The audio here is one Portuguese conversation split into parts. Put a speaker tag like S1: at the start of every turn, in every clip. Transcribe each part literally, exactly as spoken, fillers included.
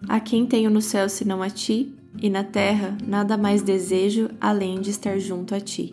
S1: A quem tenho no céu senão a ti, e na terra nada mais desejo além de estar junto a ti.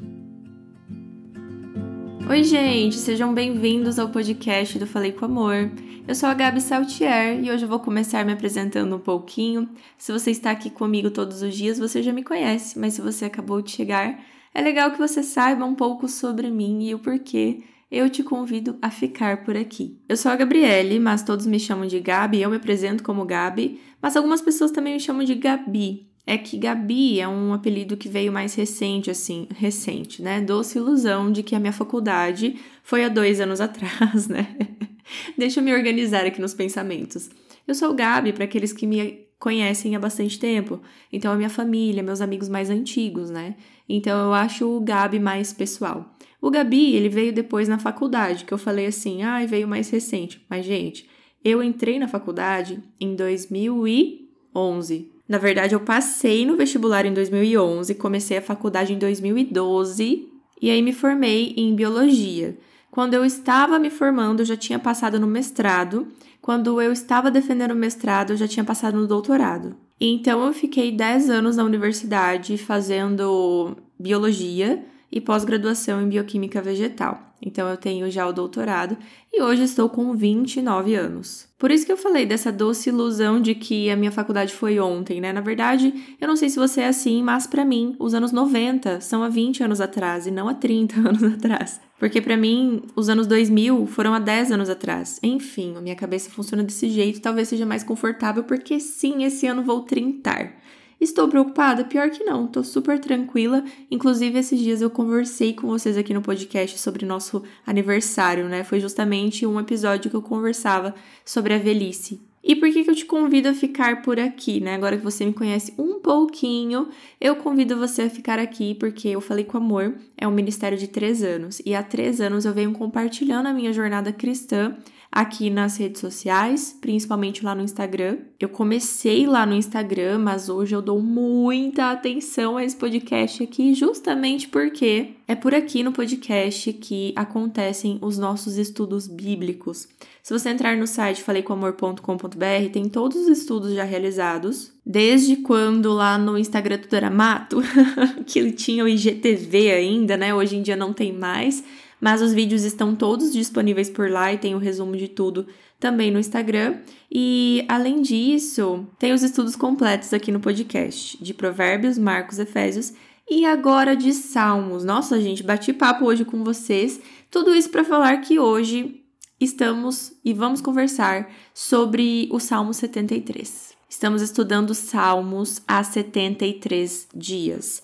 S1: Oi gente, sejam bem-vindos ao podcast do Falei com Amor. Eu sou a Gabi Saltier e hoje eu vou começar me apresentando um pouquinho. Se você está aqui comigo todos os dias, você já me conhece, mas se você acabou de chegar, é legal que você saiba um pouco sobre mim e o porquê eu te convido a ficar por aqui. Eu sou a Gabriele, mas todos me chamam de Gabi, eu me apresento como Gabi, mas algumas pessoas também me chamam de Gabi. É que Gabi é um apelido que veio mais recente, assim, recente, né? Doce ilusão de que a minha faculdade foi há dois anos atrás, né? Deixa eu me organizar aqui nos pensamentos. Eu sou Gabi para aqueles que me conhecem há bastante tempo. Então, a minha família, meus amigos mais antigos, né? Então, eu acho o Gabi mais pessoal. O Gabi, ele veio depois na faculdade, que eu falei assim, ah, veio mais recente. Mas, gente, eu entrei na faculdade em dois mil e onze. Na verdade, eu passei no vestibular em dois mil e onze, comecei a faculdade em dois mil e doze e aí me formei em biologia. Quando eu estava me formando, eu já tinha passado no mestrado. Quando eu estava defendendo o mestrado, eu já tinha passado no doutorado. Então, eu fiquei dez anos na universidade fazendo biologia e pós-graduação em bioquímica vegetal. Então, eu tenho já o doutorado e hoje estou com vinte e nove anos. Por isso que eu falei dessa doce ilusão de que a minha faculdade foi ontem, né? Na verdade, eu não sei se você é assim, mas pra mim, os anos noventa são há vinte anos atrás e não há trinta anos atrás. Porque pra mim, os anos dois mil foram há dez anos atrás. Enfim, a minha cabeça funciona desse jeito, talvez seja mais confortável, porque sim, esse ano vou trintar. Estou preocupada? Pior que não, tô super tranquila. Inclusive, esses dias eu conversei com vocês aqui no podcast sobre nosso aniversário, né? Foi justamente um episódio que eu conversava sobre a velhice. E por que que eu te convido a ficar por aqui, né? Agora que você me conhece um pouquinho, eu convido você a ficar aqui porque eu Falei com Amor é um ministério de três anos. E há três anos eu venho compartilhando a minha jornada cristã aqui nas redes sociais, principalmente lá no Instagram. Eu comecei lá no Instagram, mas hoje eu dou muita atenção a esse podcast aqui, justamente porque é por aqui no podcast que acontecem os nossos estudos bíblicos. Se você entrar no site falei com amor ponto com ponto b r, tem todos os estudos já realizados, desde quando lá no Instagram tudo era mato, que ele tinha o I G T V ainda, né? Hoje em dia não tem mais, mas os vídeos estão todos disponíveis por lá e tem o resumo de tudo também no Instagram. E, além disso, tem os estudos completos aqui no podcast, de Provérbios, Marcos, Efésios e agora de Salmos. Nossa, gente, bati papo hoje com vocês. Tudo isso para falar que hoje estamos e vamos conversar sobre o Salmo setenta e três. Estamos estudando Salmos há setenta e três dias.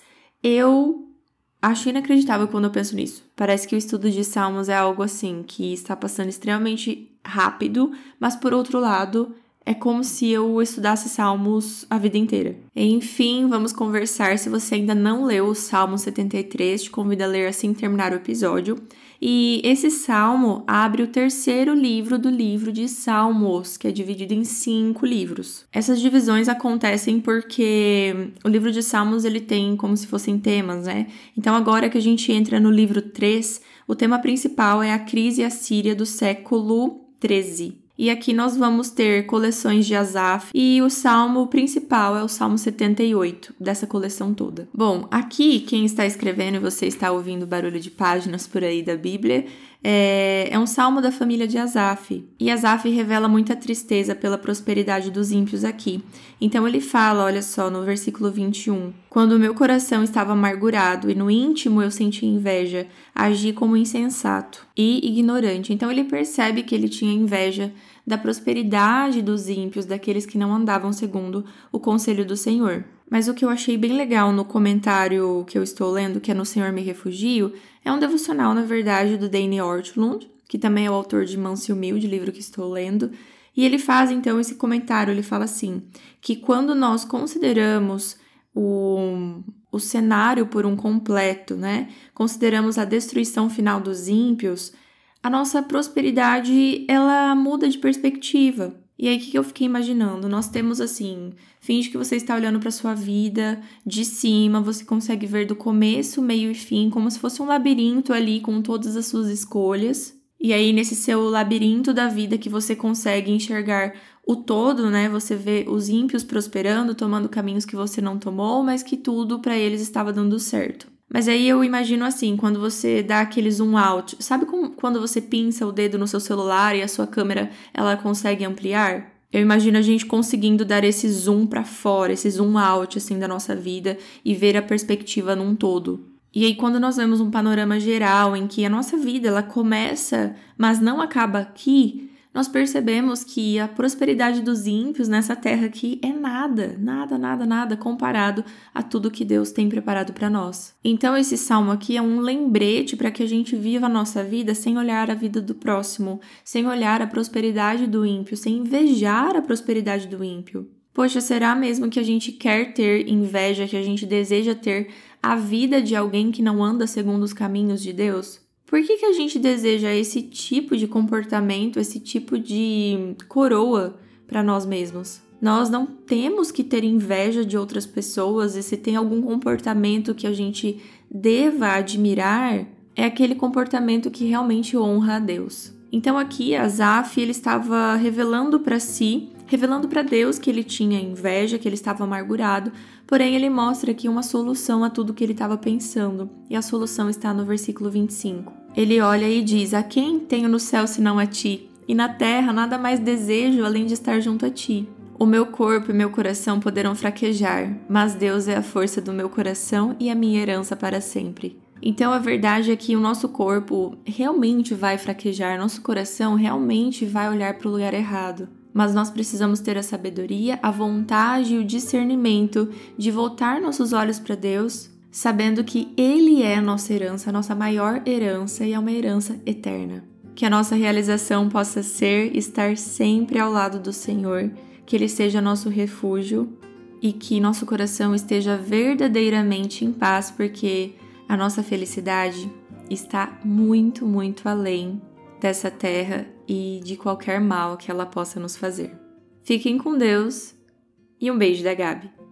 S1: Eu acho inacreditável quando eu penso nisso. Parece que o estudo de Salmos é algo assim, que está passando extremamente rápido, mas por outro lado, é como se eu estudasse Salmos a vida inteira. Enfim, vamos conversar. Se você ainda não leu o Salmo setenta e três, te convido a ler assim que terminar o episódio. E esse salmo abre o terceiro livro do livro de Salmos, que é dividido em cinco livros. Essas divisões acontecem porque o livro de Salmos ele tem como se fossem temas, né? Então agora que a gente entra no livro três, o tema principal é a crise assíria do século treze. E aqui nós vamos ter coleções de Asaf e o salmo principal é o Salmo setenta e oito, dessa coleção toda. Bom, aqui quem está escrevendo e você está ouvindo barulho de páginas por aí da Bíblia, é, é um salmo da família de Asaf. E Asaf revela muita tristeza pela prosperidade dos ímpios aqui. Então ele fala, olha só, no versículo vinte e um, quando o meu coração estava amargurado e no íntimo eu senti inveja, agi como insensato e ignorante. Então ele percebe que ele tinha inveja da prosperidade dos ímpios, daqueles que não andavam segundo o conselho do Senhor. Mas o que eu achei bem legal no comentário que eu estou lendo, que é No Senhor Me Refugio, é um devocional, na verdade, do Danny Ortlund, que também é o autor de Manso e Humilde, livro que estou lendo, e ele faz, então, esse comentário, ele fala assim, que quando nós consideramos o, o cenário por um completo, né, consideramos a destruição final dos ímpios, a nossa prosperidade, ela muda de perspectiva. E aí, o que eu fiquei imaginando? Nós temos, assim, finge que você está olhando para sua vida de cima, você consegue ver do começo, meio e fim, como se fosse um labirinto ali com todas as suas escolhas. E aí, nesse seu labirinto da vida que você consegue enxergar o todo, né? Você vê os ímpios prosperando, tomando caminhos que você não tomou, mas que tudo para eles estava dando certo. Mas aí eu imagino assim, quando você dá aquele zoom out, sabe como, quando você pinça o dedo no seu celular e a sua câmera ela consegue ampliar? Eu imagino a gente conseguindo dar esse zoom para fora, esse zoom out assim da nossa vida e ver a perspectiva num todo. E aí quando nós vemos um panorama geral em que a nossa vida ela começa, mas não acaba aqui, nós percebemos que a prosperidade dos ímpios nessa terra aqui é nada, nada, nada, nada comparado a tudo que Deus tem preparado para nós. Então esse salmo aqui é um lembrete para que a gente viva a nossa vida sem olhar a vida do próximo, sem olhar a prosperidade do ímpio, sem invejar a prosperidade do ímpio. Poxa, será mesmo que a gente quer ter inveja, que a gente deseja ter a vida de alguém que não anda segundo os caminhos de Deus? Por que que a gente deseja esse tipo de comportamento, esse tipo de coroa para nós mesmos? Nós não temos que ter inveja de outras pessoas, e se tem algum comportamento que a gente deva admirar, é aquele comportamento que realmente honra a Deus. Então aqui Asaf, ele estava revelando para si, revelando para Deus que ele tinha inveja, que ele estava amargurado, porém ele mostra aqui uma solução a tudo que ele estava pensando, e a solução está no versículo vinte e cinco. Ele olha e diz: a quem tenho no céu senão a ti? E na terra nada mais desejo além de estar junto a ti. O meu corpo e meu coração poderão fraquejar, mas Deus é a força do meu coração e a minha herança para sempre. Então a verdade é que o nosso corpo realmente vai fraquejar, nosso coração realmente vai olhar para o lugar errado. Mas nós precisamos ter a sabedoria, a vontade e o discernimento de voltar nossos olhos para Deus, sabendo que Ele é a nossa herança, a nossa maior herança e é uma herança eterna. Que a nossa realização possa ser estar sempre ao lado do Senhor, que Ele seja nosso refúgio e que nosso coração esteja verdadeiramente em paz, porque a nossa felicidade está muito, muito além dessa terra e de qualquer mal que ela possa nos fazer. Fiquem com Deus e um beijo da Gabi.